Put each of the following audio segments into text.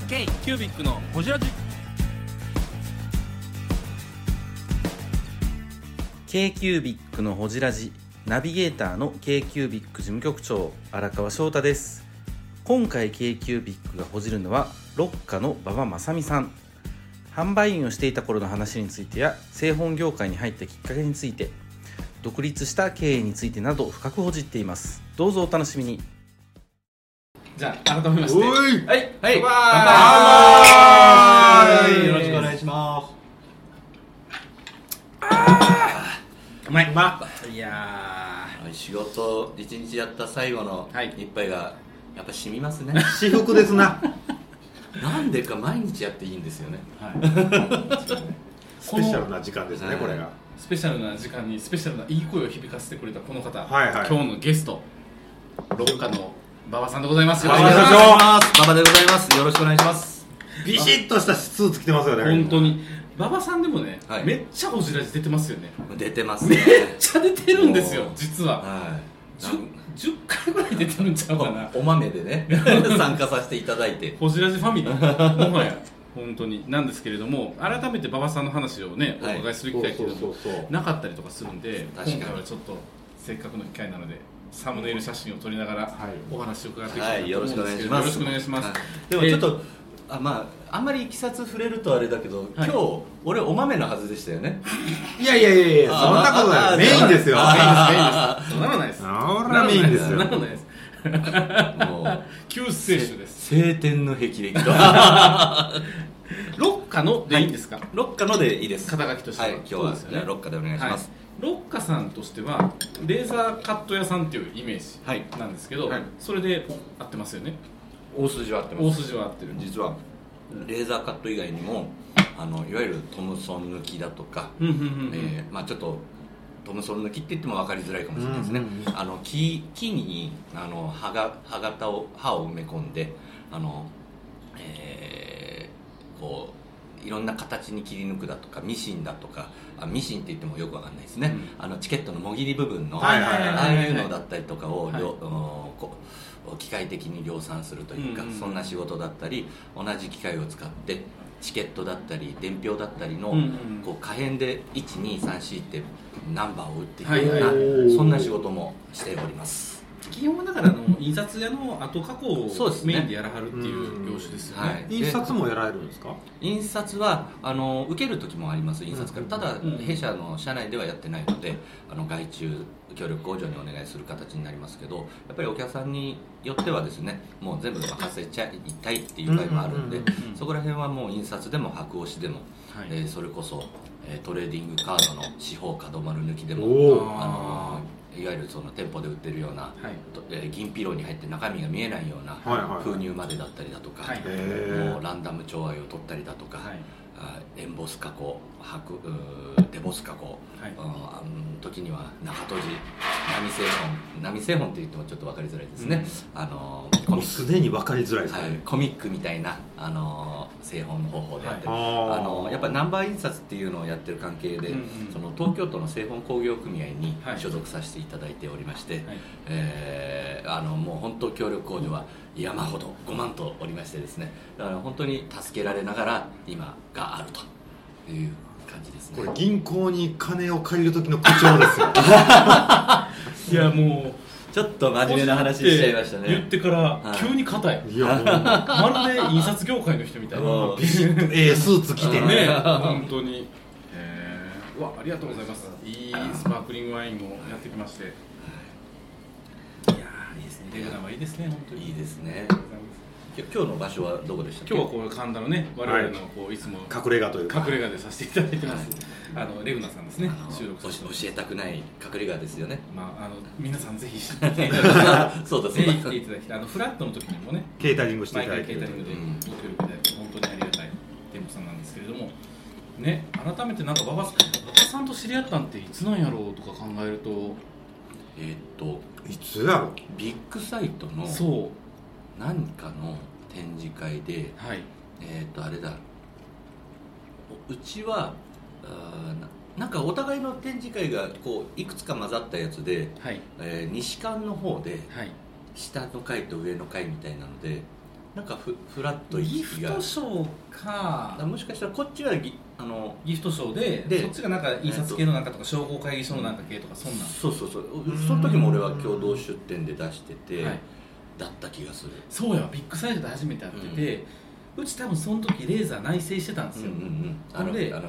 K キュービックのホジラジ k キュービックのホジラジナビゲーターの k キュービック事務局長荒川翔太です。今回 k キュービックがほじるのはロッカの馬場正美さん。販売員をしていた頃の話についてや製本業界に入ったきっかけについて、独立した経営についてなど深くほじっています。どうぞお楽しみに。 じゃあ改めましてはいはい乾杯。 よろしくお願いします。 うまい。 いや仕事一日やった最後のはい一杯がやっぱ染みますね。 至福ですな。 なんでか毎日やっていいんですよね。 スペシャルな時間ですね、これが。 スペシャルな時間にスペシャルないい声を響かせてくれたこの方、 はいはい今日のゲストロッカの馬場さんでございます。 馬場よろしくお願いします。 馬場でございます。よろしくお願いします。 ビシッとしたスーツ着てますよね。 本当に馬場さんでもね、 はいめっちゃホジラジ出てますよね。 出てますめね。 っちゃ出てるんですよ実は。 はい。 10回ぐらい出てるんちゃうかな。 お豆でね参加させていただいて。 ホジラジファミリーもはや本当になんですけれども、改めて馬場さんの話をねおはい伺いする機会っていうのもそうなかったりとかするんで、今確かに回はちょっとせっかくの機会なのでサムネイル写真を撮りながらはいお話を伺っていきたはいい、よろしくおと思うんですけど、 願いします。 よろしくお願いします。 はいでもちょっと、あんまりいきさつ触れるとあれだけど、今日俺お豆のはずでしたよね。 いやいやいやいや、そんなことない。メインですよ。 メインです。そんなことないです。 そらメインですよそんなことないです。 もう救世主です。 晴天の霹靂とロッカのでいいんですか。 ロッカのでいいです。 肩書きとしては。 はい、今日はそうですよねロッカでお願いします。 ロッカさんとしてはレーザーカット屋さんっていうイメーはいジなんですけど、 はいそれで合ってますよね。 大筋は合って大筋は合ってる。 実はレーザーカット以外にもいわゆるトムソン抜きだとか、ちょっとトムソン抜きって言っても分かりづらいかもしれないですね。木に刃を埋め込んでこういろんな形に切り抜くだとかミシンだとかミシンって言ってもよく分かんないですね、チケットのもぎり部分のああいうのだったりとかを、機械的に量産するというか、そんな仕事だったり、同じ機械を使ってチケットだったり伝票だったりの、こう可変で1234ってナンバーを打っていくような、そんな仕事もしております。 基本はだから印刷屋の後加工をそうですねメインでやらはるっていう業種ですよね。 印刷もやられるんですか？ 印刷は受ける時もあります。印刷から、ただ、弊社の社内ではやってないので外注協力工場にお願いする形になりますけど、やっぱりお客さんによってはですね、もう全部任せちゃいたいっていう場合もあるんで、そこら辺はもう印刷でも箔押しでも、それこそトレーディングカードの四方角丸抜きでもいわゆるその店舗で売ってるような、銀ピローに入って中身が見えないような封入までだったりだとか、もうランダム調和を取ったりだとか、エンボス加工、デボス加工、時には中閉じ、波製本って言ってもちょっと分かりづらいですね、 もうすでに分かりづらいですね、 コミックみたいな製本の方法であったり、やっぱりナンバー印刷っていうのをやってる関係で、その東京都の製本工業組合に所属させていただいておりまして、もう本当協力工場は山ほど5万とおりましてですね、だから本当に助けられながら今があるという感じですね。 これ銀行に金を借りる時の口調ですよいやもうちょっと真面目な話しちゃいましたね。 言ってから急に硬い、 いやもうまるで印刷業界の人みたいなビシッとスーツ着てね、本当に。うわ、ありがとうございます。いいスパークリングワインもやってきまして、いやーいいですね。レグナはいいですね、本当にいいですね。今日の場所はどこでしたっけ？ 今日はこう神田のね、我々のこういつも隠れ家というか隠れ家でさせていただいてます。レグナさんですね、収録教えたくない隠れ家ですよね。 皆さんぜひ知っていただきたい。 そうだぜひ来ていただきたい。フラットの時にもね、 ケータリングしていただいて毎回ケータリングでご協力いただいて本当にありがたい店舗さんなんですけれどもね、改めてなんか馬場さんと知り合ったんっていつなんやろうとか考えると、 いつやろ？ ビッグサイトのそう何かの展示会で、あれだ、うちはなんかお互いの展示会がこういくつか混ざったやつで、西館の方で、下の階と上の階みたいなのでなんかフラッとギフト賞かもしかしたらこっちはギフト賞でそっちがなんか印刷系のなんかとか商工会議所のなんか系とかそんなんそうその時も俺は共同出展で出してて、 はい、 だった気がする。 そうやビッグサイトで初めて会ってて、うち多分その時レーザー内製してたんですよ、なので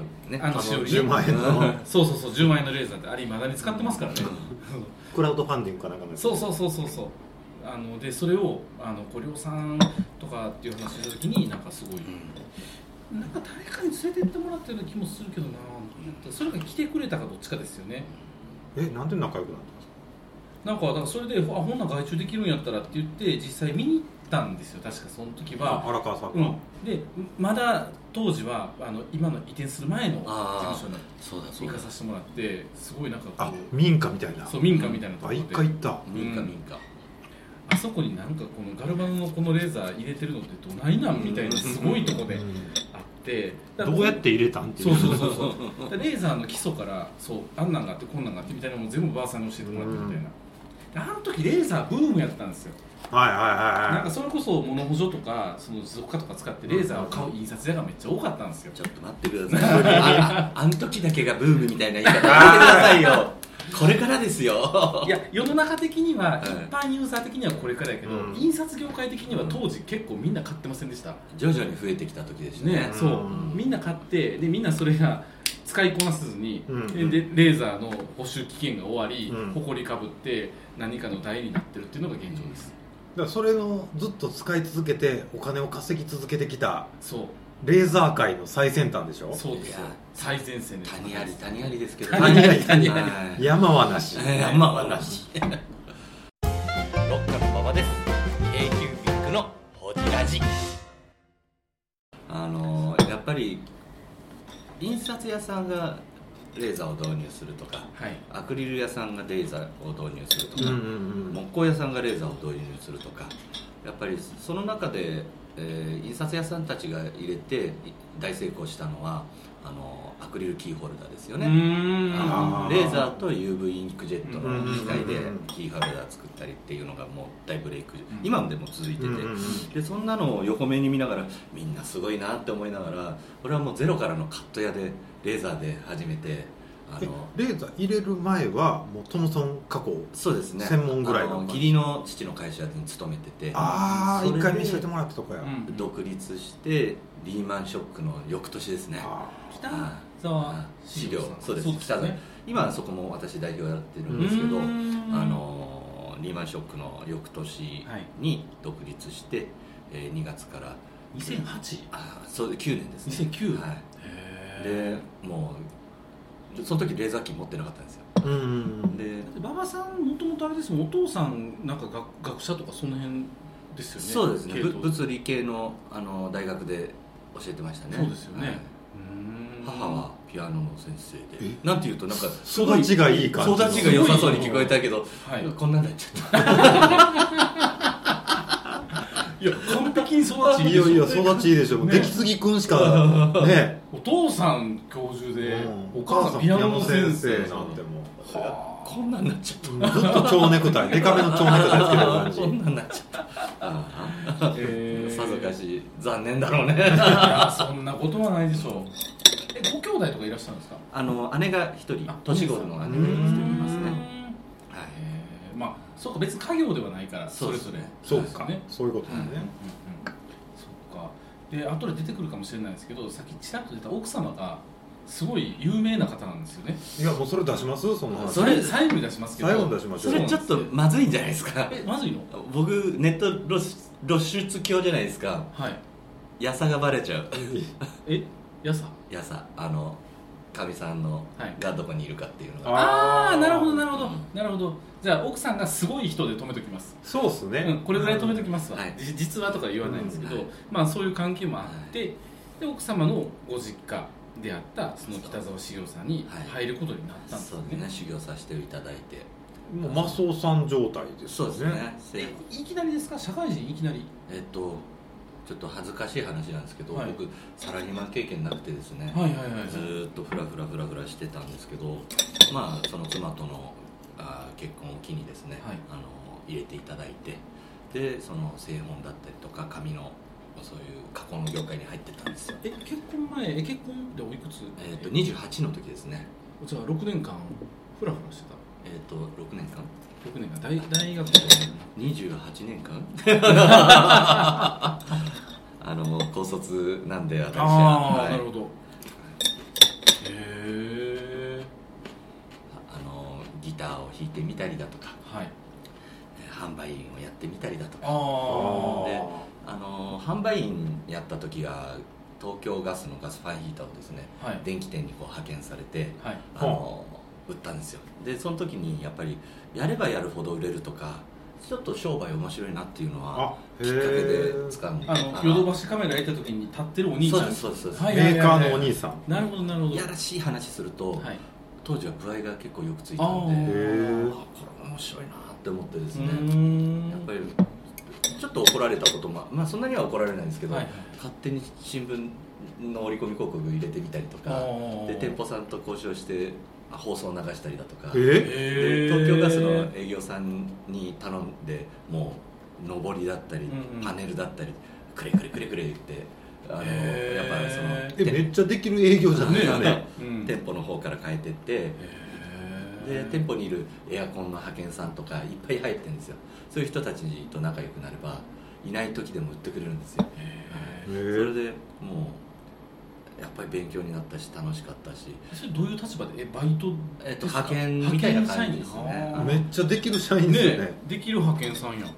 10万円のそう10万円のレーザーってあれ未だに使ってますからね、 クラウドファンディングかなんかのそうでそれを小涼さんとかっていう話した時になんかすごい、なんか誰かに連れてってもらったような気もするけどな、それが来てくれたかどっちかですよね。 なんで仲良くなったんですか？ なんかだからそれでほんな外注できるんやったらって言って実際見に行ったんですよ、確かその時は。 荒川さんが、 でまだ当時は今の移転する前の事務所に行かさせてもらって、すごいなんかこう民家みたいな、 そう民家みたいなところで一回行った。 民家あそこになんかこのガルバンのこのレーザー入れてるのってどないなんみたいなすごいとこであって、 どうやって入れたんっていう。 そうレーザーの基礎からあんなんがあってこんなんがあってみたいなのも全部ばあさんに教えてもらってみたいな、あの時レーザーブームやったんですよ。なんかそれこそモノ補助とかその持続化とか使ってレーザーを買う印刷屋がめっちゃ多かったんですよ。 ちょっと待ってくださいあん時だけがブームみたいな言い方やめてくださいよこれからですよ。 いや世の中的には、一般ユーザー的にはこれからやけど、印刷業界的には当時結構みんな買ってませんでした。 徐々に増えてきた時でしたね。 みんな買ってでみんなそれが使いこなせずに、でレーザーの補修期限が終わり、ほこりかぶって何かの代になってるっていうのが現状です。 だからそれをずっと使い続けてお金を稼ぎ続けてきたレーザー界の最先端でしょ。 そうですよ、最前線です。 谷ありですけど、 谷あり山はなし、 山はなしロッカの馬場です。 k q ビックのホジラジ。やっぱり印刷屋さんがレーザーを導入するとか、アクリル屋さんがレーザーを導入するとか、木工屋さんがレーザーを導入するとか、やっぱりその中で、印刷屋さんたちが入れて大成功したのはアクリルキーホルダーですよね。レーザーと UV インクジェットの機械でキーホルダー作ったりっていうのがもう大ブレイク、今でも続いてて、でそんなのを横目に見ながらみんなすごいなって思いながら、これはもうゼロからのカット屋でレーザーで始めて、 レーザー入れる前はもうトムソン加工そうですね、 専門ぐらいの義理の父の会社に勤めてて、 一回見せてもらったとこや、 独立してリーマンショックの翌年ですね。 北沢資料、そうです、北沢、今はそこも私代表やってるんですけど、リーマンショックの翌年に独立して、2月から 2008？ そう9年ですね。 2009？ でもうその時レーザー機持ってなかったんですよ。 で馬場さんもともとあれですもん、お父さんなんか学者とかその辺ですよね。 そうですね、物理系の大学で教えてましたね。 そうですよね。 母はピアノの先生で、なんていうとなんか育ちがいい感じ、 育ちが良さそうに聞こえたけど、こんなんなっちゃったいや完璧に育ちいいでしょ。 いや育ちいいでしょ。出来継くんしかね。 お父さん教授で、お母さんピアノの先生なんてもうこんなんなっちゃった。 ずっと蝶ネクタイ、デカめの蝶ネクタイつけてる感じ。 こんなんなっちゃった。さぞかし残念だろうね。 いやそんなことはないでしょう。ご兄弟とかいらっしゃるんですか？ 姉が一人、年頃の姉が一人いますね。 まあそうか、別に家業ではないからそれぞれ。 そうかね、そういうことだね。 そっか。で後で出てくるかもしれないですけど、さっきちらっと出た奥様がすごい有名な方なんですよね。 いやもうそれ出します？そんな話。 それ最後に出しますけど。 最後に出しましょう。 それちょっとまずいんじゃないですか。 まずいの？ 僕ネット露出狂じゃないですか。やさがバレちゃう。 やさ？ やさ、かみさんのがどこにいるかっていうのが。なるほどなるほどなるほど。じゃあ奥さんがすごい人で止めときます。 そうっすね。 これぐらい止めときますわ。実はとか言わないんですけど、まあそういう関係もあって、で奥様のご実家であったその北沢茂雄さんに入ることになったんですね。 そうですね、修行させていただいて。 もうマスオさん状態ですね。 そうですね。 いきなりですか？社会人いきなり？ ちょっと恥ずかしい話なんですけど、僕サラリーマン経験なくてですね、ずっとフラフラしてたんですけど、まあその妻との結婚を機にですね、入れていただいて、 でその製本だったりとか紙のそういう加工の業界に入ってたんですよ。 結婚前結婚でおいくつ ？28の時ですね。 じゃあ6年間フラフラしてた。 6年間大学で 28年間高卒なんで私は。なるほど。へえ。 ギターを弾いてみたりだとか、 はい、 販売員をやってみたりだとか。 で販売員やった時が東京ガスのガスファンヒーターをですね、はい、電気店にこう派遣されて、はい、売ったんですよ。でその時にやっぱりやればやるほど売れるとか、ちょっと商売面白いなっていうのはきっかけで掴んで、 ヨドバシカメラ行った時に立ってるお兄さん。 そうです、 メーカーのお兄さん。 なるほどなるほど。 やらしい話すると、はい、当時は具合が結構よくついたんで、これ面白いなって思ってですね、やっぱりちょっと怒られたことも、そんなには怒られないんですけど、はいはい、勝手に新聞の折り込み広告入れてみたりとかで、店舗さんと交渉して放送を流したりだとか、で東京ガスの営業さんに頼んで、もう上りだったり、パネルだったりくれくれくれくれ言って、やっぱそのめっちゃできる営業じゃないですかね。 店舗の方から変えてって、で店舗にいるエアコンの派遣さんとかいっぱい入ってるんですよ。そういう人たちと仲良くなればいない時でも売ってくれるんですよ。それでもうやっぱり勉強になったし楽しかったし。 それどういう立場でバイト派遣みたいな感じですね。 めっちゃできる社員ですよね。 できる派遣さんや。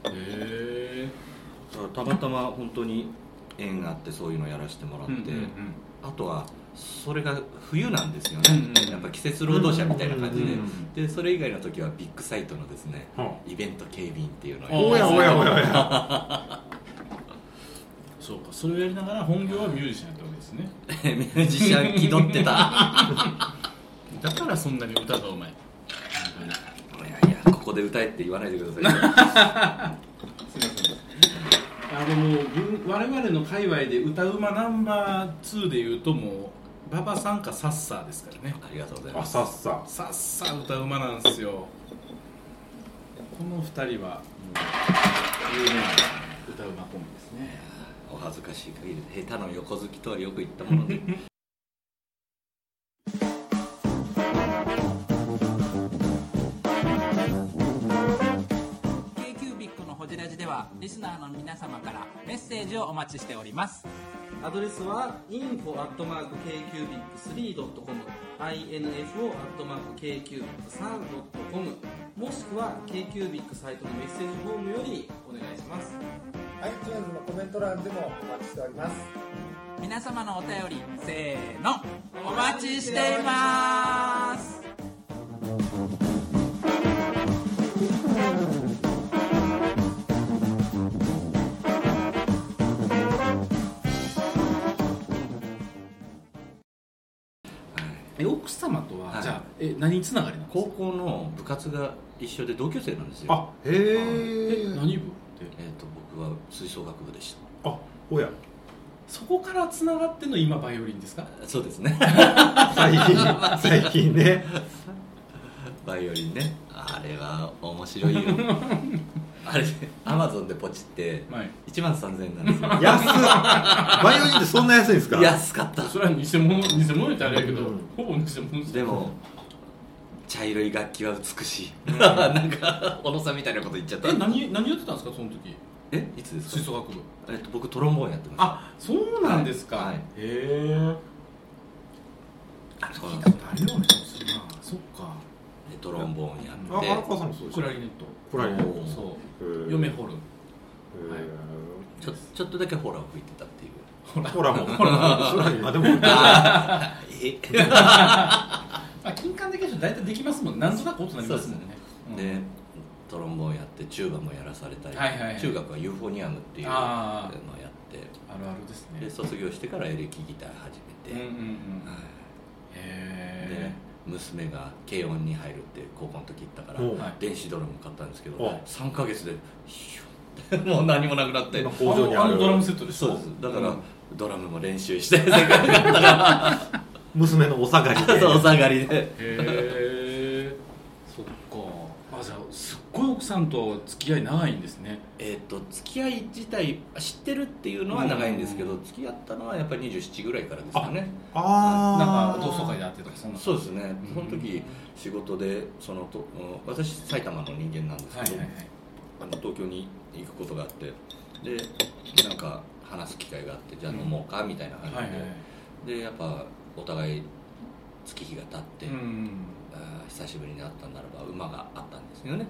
たまたま本当に縁があってそういうのをやらせてもらって、あとはそれが冬なんですよね、やっぱ季節労働者みたいな感じで、でそれ以外の時はビッグサイトのですね、イベント警備員っていうのをやって、 おやそうか、それをやりながら本業はミュージシャンやったわけですね。 ミュージシャン気取ってただからそんなに歌がうまい。 いやここで歌えって言わないでください。 すいません。我々の界隈で歌うまナンバー2でいうともう馬場さんかサッサーですからね。 ありがとうございます。 サッサー歌うまなんですよ。この2人はもう有名な歌うまコンビですね。 お恥ずかしい限りで下手の横好きとはよく言ったものでリスナーの皆様からメッセージをお待ちしております。 アドレスは info@kcubic3.com info@kcubic3.com もしくは KQBIC サイトのメッセージフォームよりお願いします。 iTunes のコメント欄でもお待ちしております。 皆様のお便りせーのお待ちしています。 奥様とは、じゃあ何つながりなんですか？ 高校の部活が一緒で同級生なんですよ。 あ、へえ。 何部？ 僕は吹奏楽部でした。 あ、おや。 そこからつながっての今バイオリンですか？ そうですね。 最近ね。 バイオリンね。あれは面白いよ。あれアマゾンでポチって13,000円なんですよ。 安っ。バイオリンってそんな安いんですか？ 安かった。 それは偽物ってあれやけど、ほぼ偽物です。 でも茶色い楽器は美しい。なんか小野さんみたいなこと言っちゃった。 何やってたんですかその時？ いつですか？ 吹奏楽部。 僕トロンボーンやってます。 あ、そうなんですか。はい、へえ。聞いたことあるような気がするな。そっか。 トロンボーンやって。 荒川さんもそうです。 クラリネット。そう。嫁ホルン。 ちょっとだけホラーを吹いてたっていう。 ホラーも。あ、でも。 金管だけで大体できますもんね。なんとなく音なりますもんね。 で、トロンボーンやってチューバもやらされたり、中学はユーフォニアムっていうのをやって、 あるあるですね。 で卒業してからエレキギター始めて、で娘が軽音に入るって高校の時言ったから電子ドラム買ったんですけど、3ヶ月でもう何もなくなって、 工場にあるドラムセットです。 そうです。だからドラムも練習して娘のお下がりで。 お下がりで。 へえ。そっか。あ、じゃあすっごい奥さんと付き合い長いんですね。 付き合い自体知ってるっていうのは長いんですけど、付き合ったのはやっぱり27ぐらいからですかね。 なんか同窓会で会ってとかそうですね。その時仕事で私埼玉の人間なんですけど、東京に行くことがあって、でなんか話す機会があって、じゃあ飲もうかみたいな感じで、でやっぱお互い月日が経って、久しぶりに会ったんならば馬があったんですよね。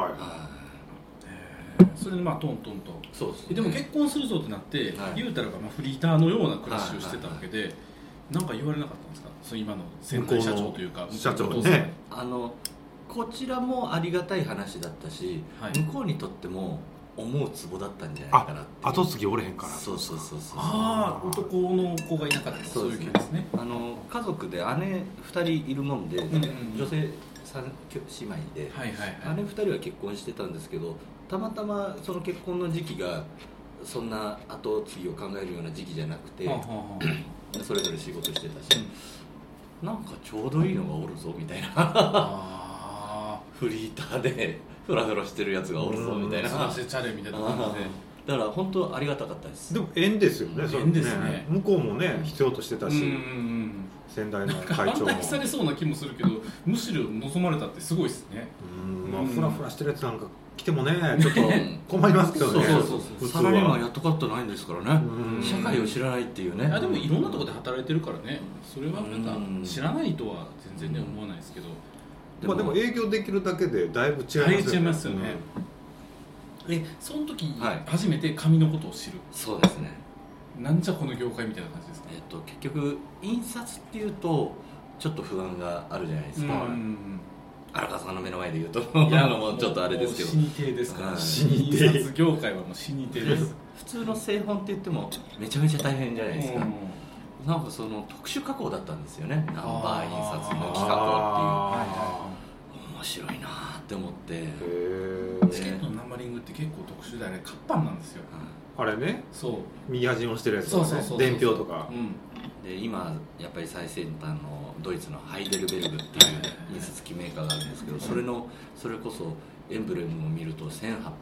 それでトントンと。 そうです、 でも結婚するぞってなって、言うたらばフリーターのような暮らしをしてたわけで、なんか言われなかったんですか、そう今の先代社長というか社長ね。 こちらもありがたい話だったし、向こうにとっても思うツボだったんじゃないかなって。 後継ぎおれへんから。 そう。 男の子がいなかった。そういう系ですね。 家族で姉2人いるもんで、女性3姉妹で、姉2人は結婚してたんですけど、たまたまその結婚の時期がそんな後継ぎを考えるような時期じゃなくて、それぞれ仕事してたし、なんかちょうどいいのがおるぞみたいなフリーターでフラフラしてるやつがおるぞみたいな、 チャレみたいな感じで、 だから本当ありがたかったです。 でも縁ですよね。 縁ですね。 向こうもね必要としてたし、先代の会長も反対されそうな気もするけど、むしろ望まれたってすごいですね。 フラフラしてるやつなんか来てもねちょっと困りますけどね。 サラリーマンやったことないんですからね、社会を知らないっていうね。 でもいろんなところで働いてるからね、それはなんか知らないとは全然ね思わないですけど、 でも営業できるだけでだいぶ違いますよね。 その時初めて紙のことを知る。 そうですね。 なんじゃこの業界みたいな感じですか。 結局印刷っていうとちょっと不安があるじゃないですか。荒川さんの目の前で言うともうちょっとあれですけど、 死に手ですから。印刷業界はもう死に手です。 普通の製本って言ってもめちゃめちゃ大変じゃないですか。なんかその特殊加工だったんですよね。ナンバー印刷の機加工っていう、面白いなって思って。 チケットのナンバリングって結構特殊で、あれ活版なんですよ。 あれね、 そう右端に押してるやつとかね、伝票とか。 で今やっぱり最先端のドイツのハイデルベルグっていう印刷機メーカーがあるんですけど、それこそエンブレムを見ると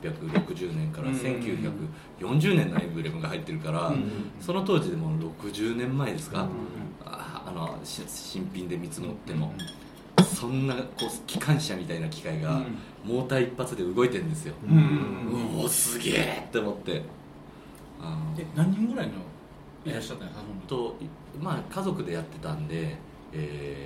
1860年から1940年のエンブレムが入ってるから、その当時でも60年前ですか、新品で見積もっても、そんな機関車みたいな機械がモーター一発で動いてるんですよ。うおすげえって思って。 何人ぐらいのいらっしゃったんですか。 家族でやってたんで、5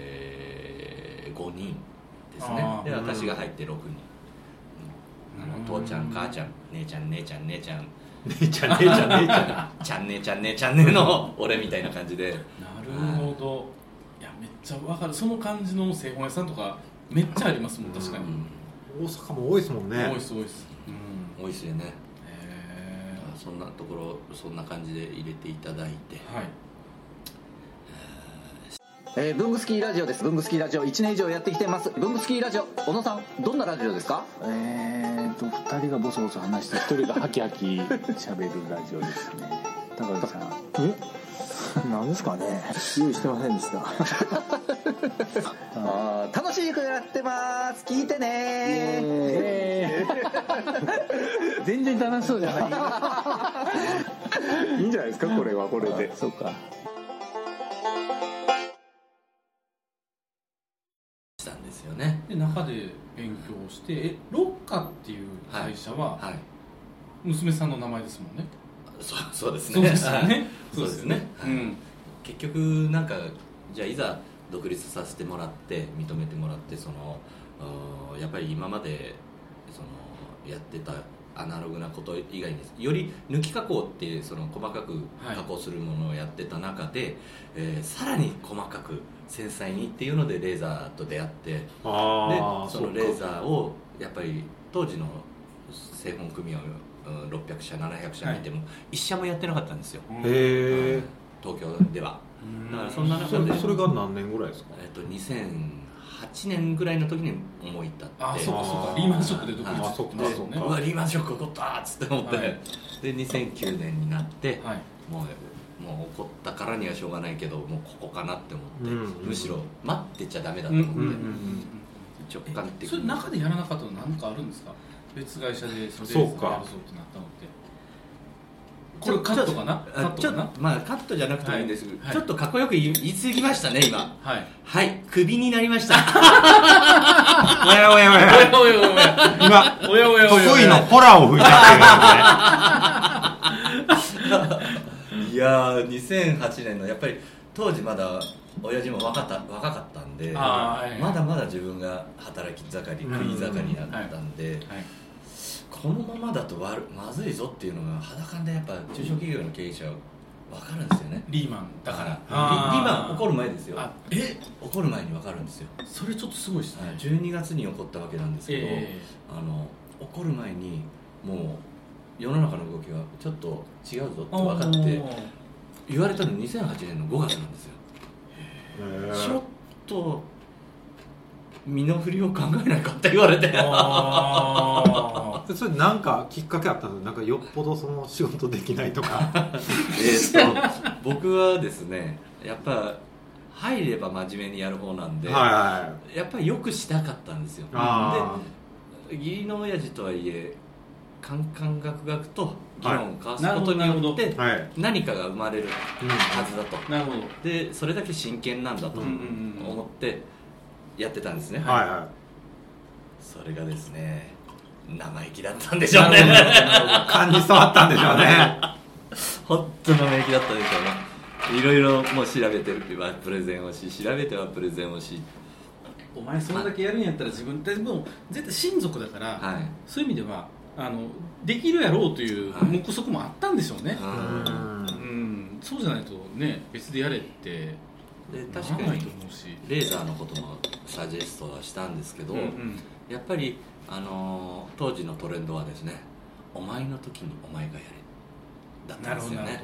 人ですね。で私が入って6人、父ちゃん母ちゃん姉ちゃん姉ちゃん姉ちゃん姉ちゃん姉ちゃん姉ちゃんちゃん姉ちゃん姉ちゃんねの俺みたいな感じで。 なるほど。いやめっちゃ分かる。その感じの製本屋さんとかめっちゃありますもん。確かに大阪も多いですもんね。 多いです多いですよね。そんなところそんな感じで入れていただいて、 ブングスキーラジオです。ブングスキーラジオ1年以上やってきてます。ブングスキーラジオ、小野さんどんなラジオですか。 2人がボソボソ話して1人がハキハキ喋るラジオですね。高橋さん何ですかね。用意してませんでした楽しくやってます。聞いてね全然楽しそうじゃないいいんじゃないですか、これはこれで。そうか。 したんですよね。 で中で勉強してロッカっていう会社は娘さんの名前ですもんね。 そうですね。 そうですよね。 そうですね。結局なんかじゃあいざ独立させてもらって認めてもらって、やっぱり今までやってたアナログなこと以外により抜き加工っていう細かく加工するものをやってた中で、さらに細かく繊細にっていうのでレーザーと出会って、でそのレーザーをやっぱり当時の製本組合600社700社見ても1社もやってなかったんですよ。東京では。だからそんな中でそれが何年ぐらいですか。 2008年ぐらいの時に思い立って、 そうかリーマンショックで独立してうわリーマンショック起こったっつって思って、で2009年になって、もう起こったからにはしょうがないけどもうここかなって思って、むしろ待ってちゃダメだと思って、直感的に。 それ中でやらなかったの何かあるんですか。 別会社でそれそうかやるぞってなったのって、これカットかな、カットかな、 まあカットじゃなくてもいいんですけど、 はいちょっとかっこよく言い過ぎましたね今。 はいはい、クビになりましたおやおやおやおやおやおや今おやおやおや得意のホラーを吹いちゃってるいやー2008年のやっぱり当時まだ親父も若かったんで、 はいまだまだ自分が働き盛り食い盛りだったんで、 はいこのままだとまずいぞっていうのが肌感でやっぱ中小企業の経営者は分かるんですよね。 リーマンだから、 リーマン起こる前ですよ。起こる前に分かるんですよ。 それちょっとすごいですね。 12月に起こったわけなんですけど、起こる前にもう世の中の動きがちょっと違うぞって分かって言われたの2008年の5月なんですよ。ちょっと身の振りを考えないかって言われてそれなんかきっかけあったの？なんかよっぽどその仕事できないとか僕はですねやっぱ入れば真面目にやる方なんで、やっぱりよくしたかったんですよ。で義理の親父とはいえカンカンガクガクと議論を交わすことによって何かが生まれるはずだと、 なるほど。 でそれだけ真剣なんだと思ってやってたんですね。それがですね生意気だったんでしょうね。 勘に触ったんでしょうね。 本当生意気だったでしょうね。いろいろもう調べてるプレゼンをし、調べてはプレゼンをし、 お前それだけやるんやったら自分でも絶対親族だから、そういう意味ではできるやろうという目測もあったんでしょうね。そうじゃないとね別でやれってで確かにレーザーのこともサジェストはしたんですけど、やっぱり当時のトレンドはですね、お前の時にお前がやれだったんですよね。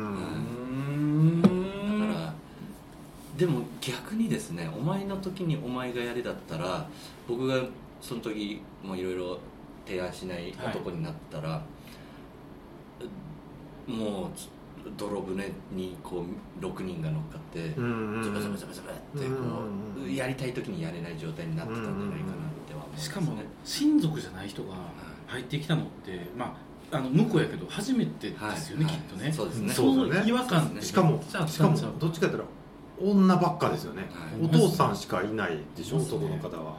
だからでも逆にですね、お前の時にお前がやれだったら、僕がその時もういろいろ提案しない男になったら、もう泥船にこう6人が乗っかってズブズブズブズブってこうやりたい時にやれない状態になってたんじゃないかなっては思うんですね。 しかも親族じゃない人が入ってきたのって、向こうやけど初めてですよね、きっとね。 そうですね。 その違和感、 しかもどっちかというと女ばっかですよね。お父さんしかいないでしょ、男の方は。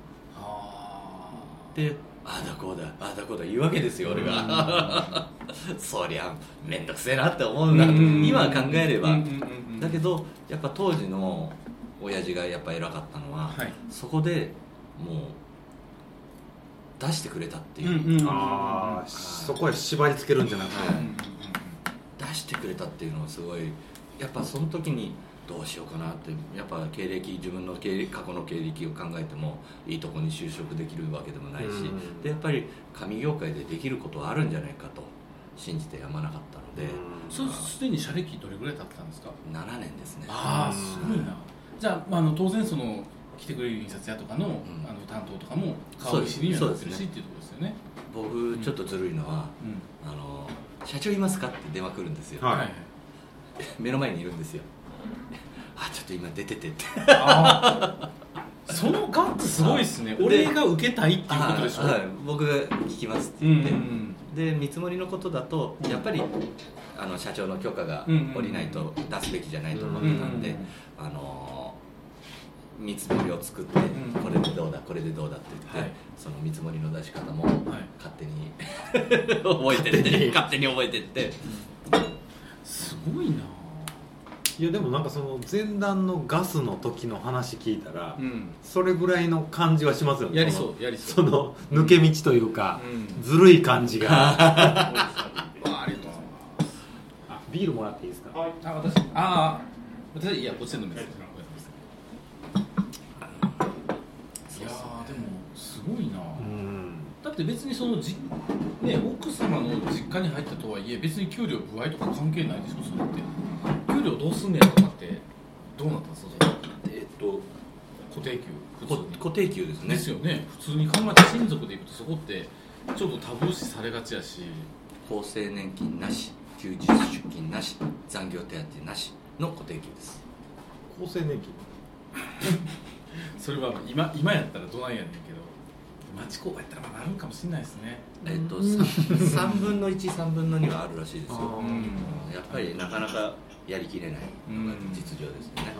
であだこうだ言うわけですよ俺が。そりゃ面倒くせえなって思うな、今考えれば。だけどやっぱ当時の親父がやっぱ偉かったのは、そこでもう出してくれたっていう、 そこへ縛り付けるんじゃなくて、 出してくれたっていうのはすごい、やっぱその時にどうしようかなって、やっぱ自分の過去の経歴を考えてもいいとこに就職できるわけでもないし、でやっぱり紙業界でできることはあるんじゃないかと信じてやまなかったので。 すでに社歴どれぐらい経ってたんですか ？7年ですね。 すごいな。じゃあ、当然その来てくれる印刷屋とかの、担当とかも顔見知りにはなってるしっていうところですよね。 僕ちょっとずるいのは、社長いますかって電話来るんですよ。目の前にいるんですよ。ちょっと今出ててって。 そのガッツすごいですね。俺が受けたいっていうことでしょ。 僕が聞きますって言って、で見積もりのことだとやっぱり社長の許可が下りないと出すべきじゃないと思ってたんで、見積もりを作って、これでどうだこれでどうだって言って、その見積もりの出し方も勝手に覚えてってすごいな。 いやでもなんかその前段のガスの時の話聞いたら、それぐらいの感じはしますよね。 やりそう。 その抜け道というか、ずるい感じが。 ありがとうございます。 ビールもらっていいですか？ 私いやこっちで飲みます。いやでもすごいな。だって別にその奥様の実家に入ったとはいえ別に給料歩合とか関係ないでしょ。それって給料どうすんねやとかってどうなったんですか？固定給。 固定給ですね。 ですよね。普通に考えて親族でいくとそこってちょっとタブー視されがちやし、 厚生年金なし、休日出勤なし、残業手当なしの固定給です。 厚生年金それは今やったらどないやねんけど、 町工場やったらまだあるかもしれないですね。 3分の1、3分の2はあるらしいですよ。やっぱりなかなかやりきれないのが実情ですね。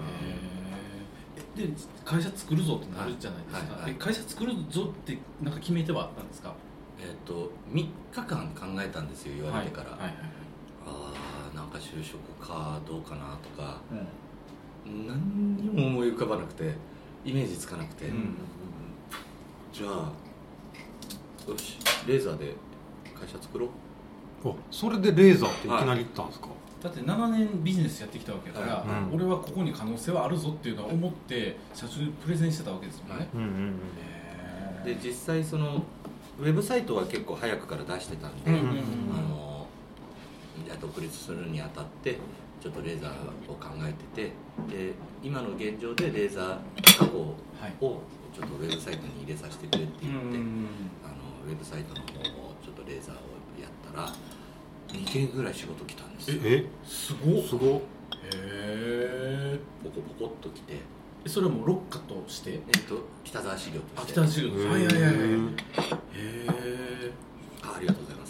で会社作るぞってなるじゃないですか。会社作るぞってなんか決め手はあったんですか。 3日間考えたんですよ、言われてから。なんか就職かどうかなとか、何にも思い浮かばなくて、イメージつかなくて、じゃあよしレーザーで会社作ろう。 それでレーザーっていきなり言ったんですか。 だって7年ビジネスやってきたわけだから、俺はここに可能性はあるぞっていうのは思って社長にプレゼンしてたわけですもんね。 で実際そのウェブサイトは結構早くから出してたんで、独立するにあたってちょっとレーザーを考えてて、で今の現状でレーザー加工をちょっとウェブサイトに入れさせてくれって言って、ウェブサイトの方をちょっとレーザーをやったら2件ぐらい仕事来たんですよ。 すごっ。 ポコポコっと来て、 それはもう6課として北沢資料として。 北沢資料。 ありがとうございます。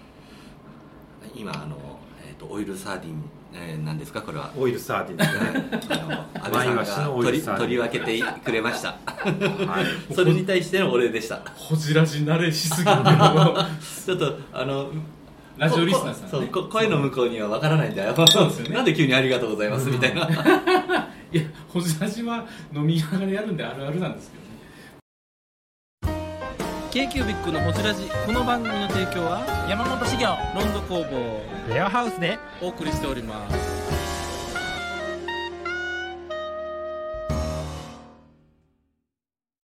今オイルサーディン、何ですかこれは。 オイルサーディン。 安倍さんが取り分けてくれました。それに対してのお礼でした。 ほじらじ慣れしすぎてちょっとラジオリスナーさんね、 声の向こうには分からないんで、 そうですよね。 なんで急にありがとうございますみたいな。 いや、ほじらじは飲みながらやるんであるあるなんですけどね。 K-Cubic のほじらじ、この番組の提供は山本資源ロンド工房レアハウスでお送りしております。